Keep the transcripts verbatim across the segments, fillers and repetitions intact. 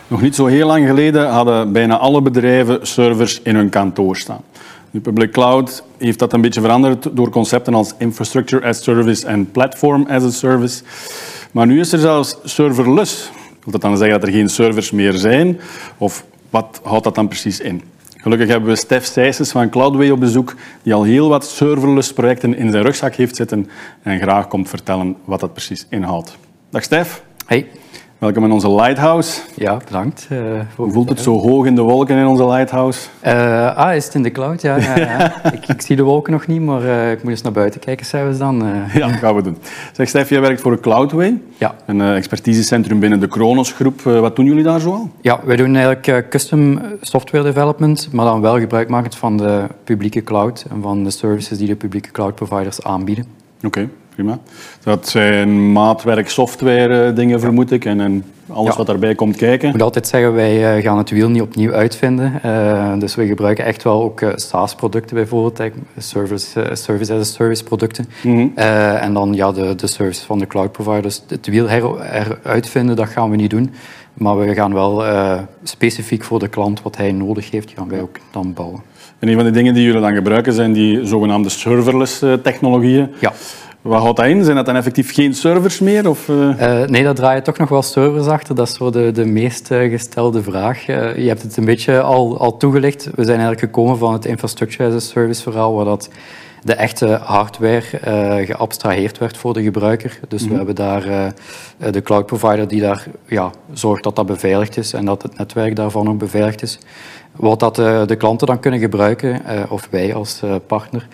Nog niet zo heel lang geleden hadden bijna alle bedrijven servers in hun kantoor staan. Nu, public cloud heeft dat een beetje veranderd door concepten als infrastructure as service en platform as a service. Maar nu is er zelfs serverless. Wil dat dan zeggen dat er geen servers meer zijn? Of wat houdt dat dan precies in? Gelukkig hebben we Stef Sijsens van Cloudway op bezoek, die al heel wat serverless projecten in zijn rugzak heeft zitten en graag komt vertellen wat dat precies inhoudt. Dag Stef. Hey. Welkom in onze Lighthouse. Ja, bedankt. Uh, Hoe voelt het zo hoog in de wolken in onze Lighthouse? Uh, ah, is het in de cloud? Ja, ja, ja. ik, ik zie de wolken nog niet, maar uh, ik moet eens naar buiten kijken zelfs dan. Uh. Ja, dat gaan we doen. Zeg Stef, jij werkt voor Cloudway, ja. een uh, expertisecentrum binnen de Kronos groep. Uh, wat doen jullie daar zoal? Ja, wij doen eigenlijk uh, custom software development, maar dan wel gebruikmakend van de publieke cloud en van de services die de publieke cloud providers aanbieden. Oké. Okay. Prima. Dat zijn maatwerk, software dingen, vermoed ik, en, en alles ja. wat daarbij komt kijken. Ik moet altijd zeggen, wij gaan het wiel niet opnieuw uitvinden. Uh, dus we gebruiken echt wel ook uh, SaaS-producten bijvoorbeeld, service, uh, service as a service producten. Mm-hmm. Uh, en dan ja, de, de service van de cloud providers. Het wiel heruitvinden, dat gaan we niet doen. Maar we gaan wel uh, specifiek voor de klant wat hij nodig heeft, gaan wij ook dan bouwen. En een van de dingen die jullie dan gebruiken zijn die zogenaamde serverless technologieën. Ja. Wat houdt dat in? Zijn dat dan effectief geen servers meer? Of, uh... Uh, nee, daar draaien toch nog wel servers achter. Dat is zo de, de meest uh, gestelde vraag. Uh, je hebt het een beetje al, al toegelicht. We zijn eigenlijk gekomen van het infrastructure as a service verhaal, waar dat de echte hardware uh, geabstraheerd werd voor de gebruiker. Dus mm-hmm. we hebben daar uh, de cloud provider die daar ja, zorgt dat dat beveiligd is en dat het netwerk daarvan ook beveiligd is. Wat dat de, de klanten dan kunnen gebruiken, uh, of wij als uh, partner,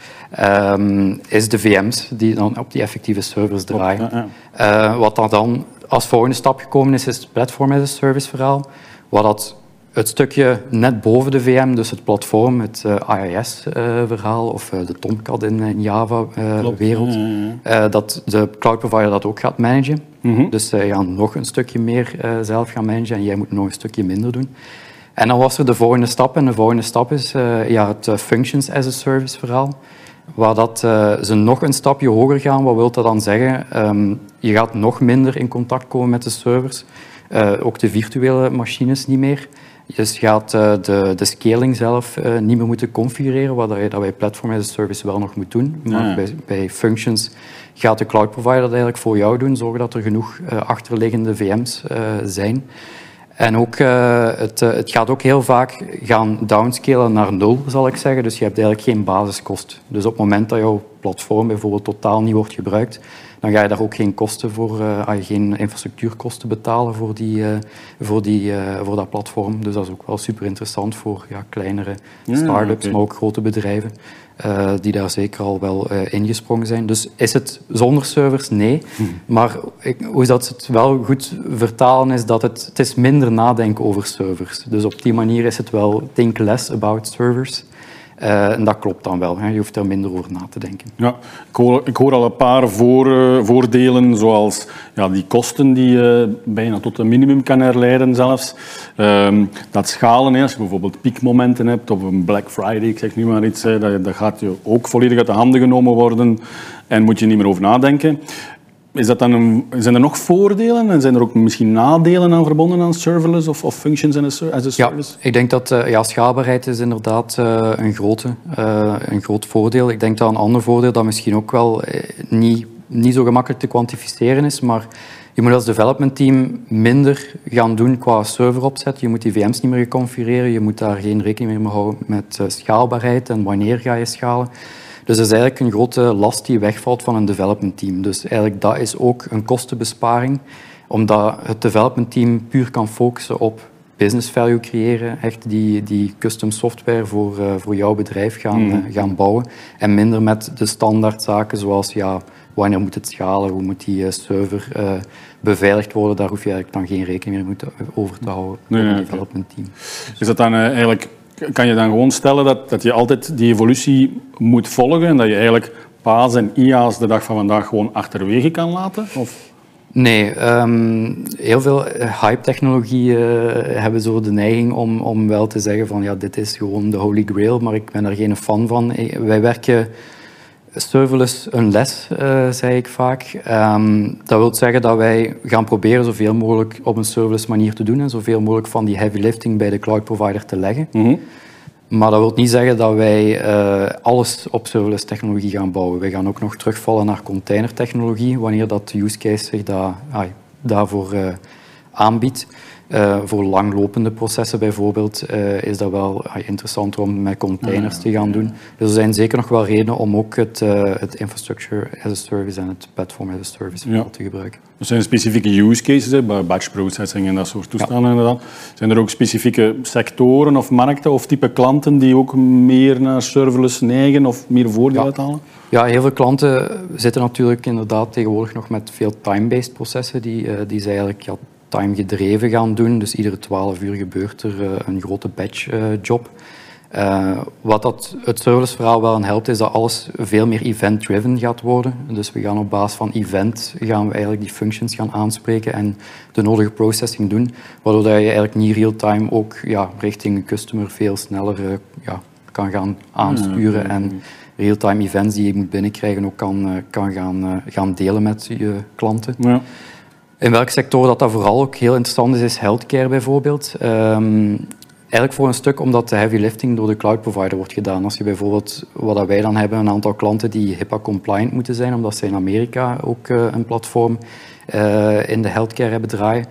um, is de V M's die dan op die effectieve servers draaien. Ja, ja. Uh, wat dat dan als volgende stap gekomen is, is het platform as a service verhaal. Wat dat het stukje net boven de V M, dus het platform, het uh, I I S-verhaal uh, of uh, de Tomcat in, in Java-wereld, uh, ja, ja. uh, dat de cloud provider dat ook gaat managen. Mm-hmm. Dus zij uh, gaan nog een stukje meer uh, zelf gaan managen en jij moet nog een stukje minder doen. En dan was er de volgende stap. En de volgende stap is uh, ja, het uh, Functions as a Service verhaal. Waar dat, uh, ze nog een stapje hoger gaan. Wat wil dat dan zeggen? Um, je gaat nog minder in contact komen met de servers. Uh, ook de virtuele machines niet meer. Dus je gaat uh, de, de scaling zelf uh, niet meer moeten configureren. Wat dat bij Platform as a Service wel nog moet doen. Maar ja. bij, bij Functions gaat de cloud provider dat eigenlijk voor jou doen. Zorgen dat er genoeg uh, achterliggende V M's uh, zijn. En ook, uh, het, uh, het gaat ook heel vaak gaan downscalen naar nul, zal ik zeggen. Dus je hebt eigenlijk geen basiskost. Dus op het moment dat jouw platform bijvoorbeeld totaal niet wordt gebruikt, dan ga je daar ook geen kosten voor, uh, ga je geen infrastructuurkosten betalen voor, die, uh, voor, die, uh, voor dat platform. Dus dat is ook wel super interessant voor ja, kleinere start-ups, ja, okay. maar ook grote bedrijven. Uh, die daar zeker al wel uh, ingesprongen zijn. Dus is het zonder servers? Nee. Hmm. Maar ik, hoe dat ze het wel goed vertalen is dat het, het is minder nadenken over servers. Dus op die manier is het wel think less about servers. Uh, en dat klopt dan wel. Hè. Je hoeft er minder over na te denken. Ja, ik, hoor, ik hoor al een paar voor, uh, voordelen, zoals ja, die kosten die je uh, bijna tot een minimum kan herleiden zelfs. Um, dat schalen, hè, als je bijvoorbeeld piekmomenten hebt op een Black Friday, ik zeg nu maar iets, hè, dat, dat gaat je ook volledig uit de handen genomen worden en moet je niet meer over nadenken. Is dat dan een, zijn er nog voordelen en zijn er ook misschien nadelen aan verbonden aan serverless of, of functions as a, as a service? Ja, ik denk dat uh, ja, schaalbaarheid is inderdaad uh, een, grote, uh, een groot voordeel. Ik denk dat een ander voordeel dat misschien ook wel uh, niet, niet zo gemakkelijk te kwantificeren is, maar je moet als development team minder gaan doen qua serveropzet. Je moet die V M's niet meer configureren, je moet daar geen rekening meer mee houden met uh, schaalbaarheid en wanneer ga je schalen. Dus dat is eigenlijk een grote last die wegvalt van een development team. Dus eigenlijk dat is ook een kostenbesparing, omdat het development team puur kan focussen op business value creëren, echt die, die custom software voor, uh, voor jouw bedrijf gaan, mm. uh, gaan bouwen. En minder met de standaardzaken zoals ja, wanneer moet het schalen, hoe moet die uh, server uh, beveiligd worden. Daar hoef je eigenlijk dan geen rekening meer over te houden nee, voor het nee, development team. Is dat dan uh, eigenlijk... Kan je dan gewoon stellen dat, dat je altijd die evolutie moet volgen en dat je eigenlijk P A S en I A S de dag van vandaag gewoon achterwege kan laten? Of? Nee, um, heel veel hype-technologieën uh, hebben zo de neiging om, om wel te zeggen van ja, dit is gewoon de holy grail, maar ik ben er geen fan van. Wij werken serverless een les, uh, zei ik vaak. Um, dat wil zeggen dat wij gaan proberen zoveel mogelijk op een serverless manier te doen en zoveel mogelijk van die heavy lifting bij de cloud provider te leggen. Mm-hmm. Maar dat wil niet zeggen dat wij uh, alles op serverless technologie gaan bouwen. Wij gaan ook nog terugvallen naar containertechnologie, wanneer dat de use case zich da, ah, daarvoor uh, aanbiedt. Uh, voor langlopende processen bijvoorbeeld uh, is dat wel uh, interessant om met containers te gaan doen. Dus er zijn zeker nog wel redenen om ook het, uh, het infrastructure as a service en het platform as a service ja. te gebruiken. Er zijn specifieke use cases, hè, bij batch processing en dat soort toestanden ja. inderdaad. Zijn er ook specifieke sectoren of markten of type klanten die ook meer naar serverless neigen of meer voordeel ja. uithalen? Ja, heel veel klanten zitten natuurlijk inderdaad tegenwoordig nog met veel time-based processen die, uh, die ze eigenlijk ja, time gedreven gaan doen. Dus iedere twaalf uur gebeurt er uh, een grote batch uh, job. Uh, wat dat het serverless verhaal wel aan helpt, is dat alles veel meer event-driven gaat worden. Dus we gaan op basis van event gaan we eigenlijk die functions gaan aanspreken en de nodige processing doen, waardoor dat je eigenlijk niet real-time ook ja, richting de customer veel sneller uh, ja, kan gaan aansturen en real-time events die je moet binnenkrijgen ook kan, uh, kan gaan, uh, gaan delen met je klanten. Ja. In welke sector dat, dat vooral ook heel interessant is, is healthcare bijvoorbeeld. Um, eigenlijk voor een stuk omdat de heavy lifting door de cloud provider wordt gedaan. Als je bijvoorbeeld, wat dat wij dan hebben, een aantal klanten die HIPAA-compliant moeten zijn, omdat ze in Amerika ook uh, een platform uh, in de healthcare hebben draaien.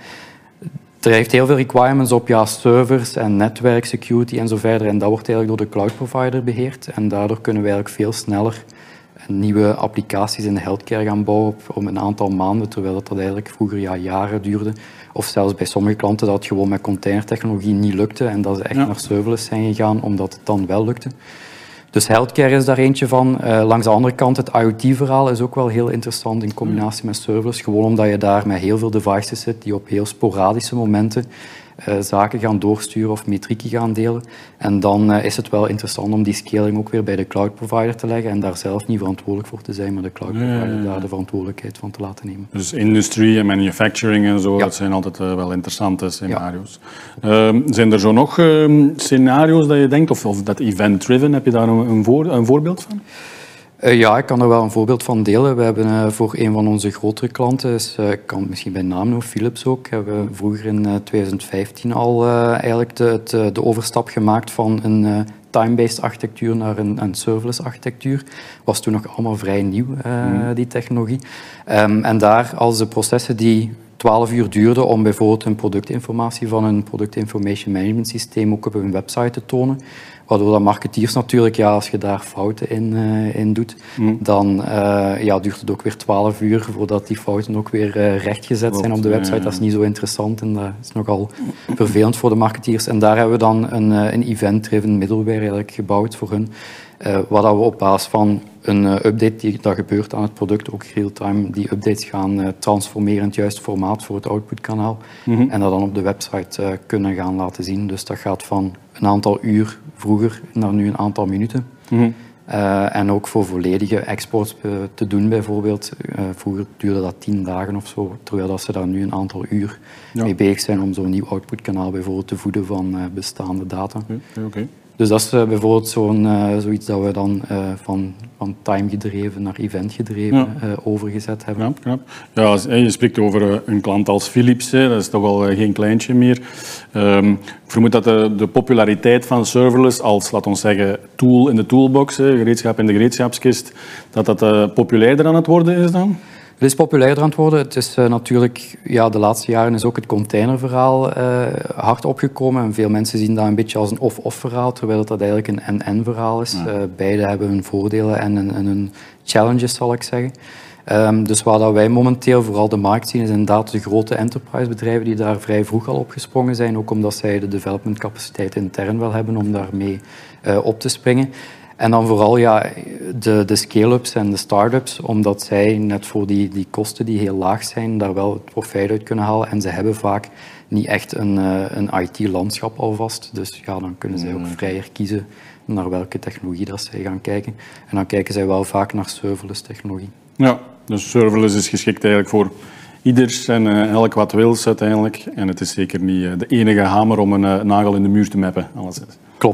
Er heeft heel veel requirements op ja, servers en netwerk, security en zo verder. En dat wordt eigenlijk door de cloud provider beheerd. En daardoor kunnen we eigenlijk veel sneller nieuwe applicaties in de healthcare gaan bouwen op, op een aantal maanden, terwijl dat, dat eigenlijk vroeger ja, jaren duurde. Of zelfs bij sommige klanten dat het gewoon met containertechnologie niet lukte en dat ze echt ja. naar serverless zijn gegaan, omdat het dan wel lukte. Dus healthcare is daar eentje van. Uh, langs de andere kant, het IoT-verhaal is ook wel heel interessant in combinatie met serverless. Gewoon omdat je daar met heel veel devices zit die op heel sporadische momenten uh, zaken gaan doorsturen of metrieken gaan delen. En dan uh, is het wel interessant om die scaling ook weer bij de cloud provider te leggen en daar zelf niet verantwoordelijk voor te zijn, maar de cloud provider ja, ja, ja. daar de verantwoordelijkheid van te laten nemen. Dus industrie en manufacturing en zo, ja. dat zijn altijd uh, wel interessante scenario's. Ja. Uh, zijn er zo nog uh, scenario's dat je denkt, of, of dat event-driven, heb je daar een, een, voor, een voorbeeld van? Uh, ja, ik kan er wel een voorbeeld van delen. We hebben uh, voor een van onze grotere klanten, dus, uh, ik kan het misschien bij naam noemen, Philips ook, hebben we vroeger in uh, twintig vijftien al uh, eigenlijk de, de, de overstap gemaakt van een uh, time-based architectuur naar een, een serverless architectuur. Was toen nog allemaal vrij nieuw, uh, mm. die technologie. Um, en daar, als de processen die twaalf uur duurden om bijvoorbeeld een productinformatie van een product information management systeem ook op een website te tonen, waardoor dat marketeers natuurlijk, ja, als je daar fouten in, uh, in doet, mm. dan uh, ja, duurt het ook weer twaalf uur voordat die fouten ook weer uh, rechtgezet zijn op de website. Dat is niet zo interessant en dat is nogal vervelend voor de marketeers. En daar hebben we dan een, een event-driven middleware eigenlijk gebouwd voor hun, uh, waar we op basis van een uh, update die dat gebeurt aan het product, ook real-time, die updates gaan uh, transformeren in het juiste formaat voor het outputkanaal mm-hmm. en dat dan op de website uh, kunnen gaan laten zien. Dus dat gaat van een aantal uur vroeger naar nu een aantal minuten. Mm-hmm. Uh, en ook voor volledige exports uh, te doen bijvoorbeeld. Uh, vroeger duurde dat tien dagen of zo, terwijl dat ze daar nu een aantal uur ja. mee bezig zijn om zo'n nieuw outputkanaal bijvoorbeeld te voeden van uh, bestaande data. Okay, okay. Dus dat is uh, bijvoorbeeld zo'n, uh, zoiets dat we dan uh, van, van time gedreven naar event gedreven ja. uh, overgezet hebben. Ja, knap. Ja, als, je spreekt over uh, een klant als Philips, hè, dat is toch al uh, geen kleintje meer. Um, ik vermoed dat de, de populariteit van serverless als, laten we zeggen, tool in de toolbox, hè, gereedschap in de gereedschapskist, dat dat uh, populairder aan het worden is dan? Het is populairder aan het worden. Het is uh, natuurlijk, ja, de laatste jaren is ook het containerverhaal uh, hard opgekomen. En veel mensen zien dat een beetje als een of-of verhaal, terwijl dat eigenlijk een en-en verhaal is. Ja. Uh, beide hebben hun voordelen en, en, en hun challenges, zal ik zeggen. Um, dus waar dat wij momenteel vooral de markt zien, is inderdaad de grote enterprise-bedrijven die daar vrij vroeg al opgesprongen zijn, ook omdat zij de developmentcapaciteit intern wel hebben om daarmee uh, op te springen. En dan vooral ja, de, de scale-ups en de start-ups, omdat zij net voor die, die kosten die heel laag zijn, daar wel het profijt uit kunnen halen. En ze hebben vaak niet echt een, uh, een I T-landschap alvast. Dus ja, dan kunnen zij ook vrijer kiezen naar welke technologie dat zij gaan kijken. En dan kijken zij wel vaak naar serverless technologie. Ja, dus serverless is geschikt eigenlijk voor ieders en uh, elk wat wils uiteindelijk. En het is zeker niet uh, de enige hamer om een uh, nagel in de muur te mappen. Alleszins. Klopt.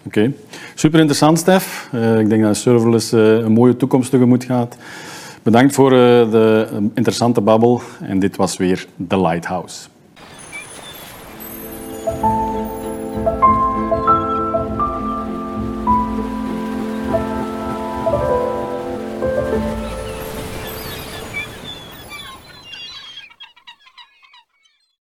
Okay. Super interessant, Stef. Uh, ik denk dat serverless uh, een mooie toekomst tegemoet gaat. Bedankt voor uh, de interessante babbel. En dit was weer The Lighthouse.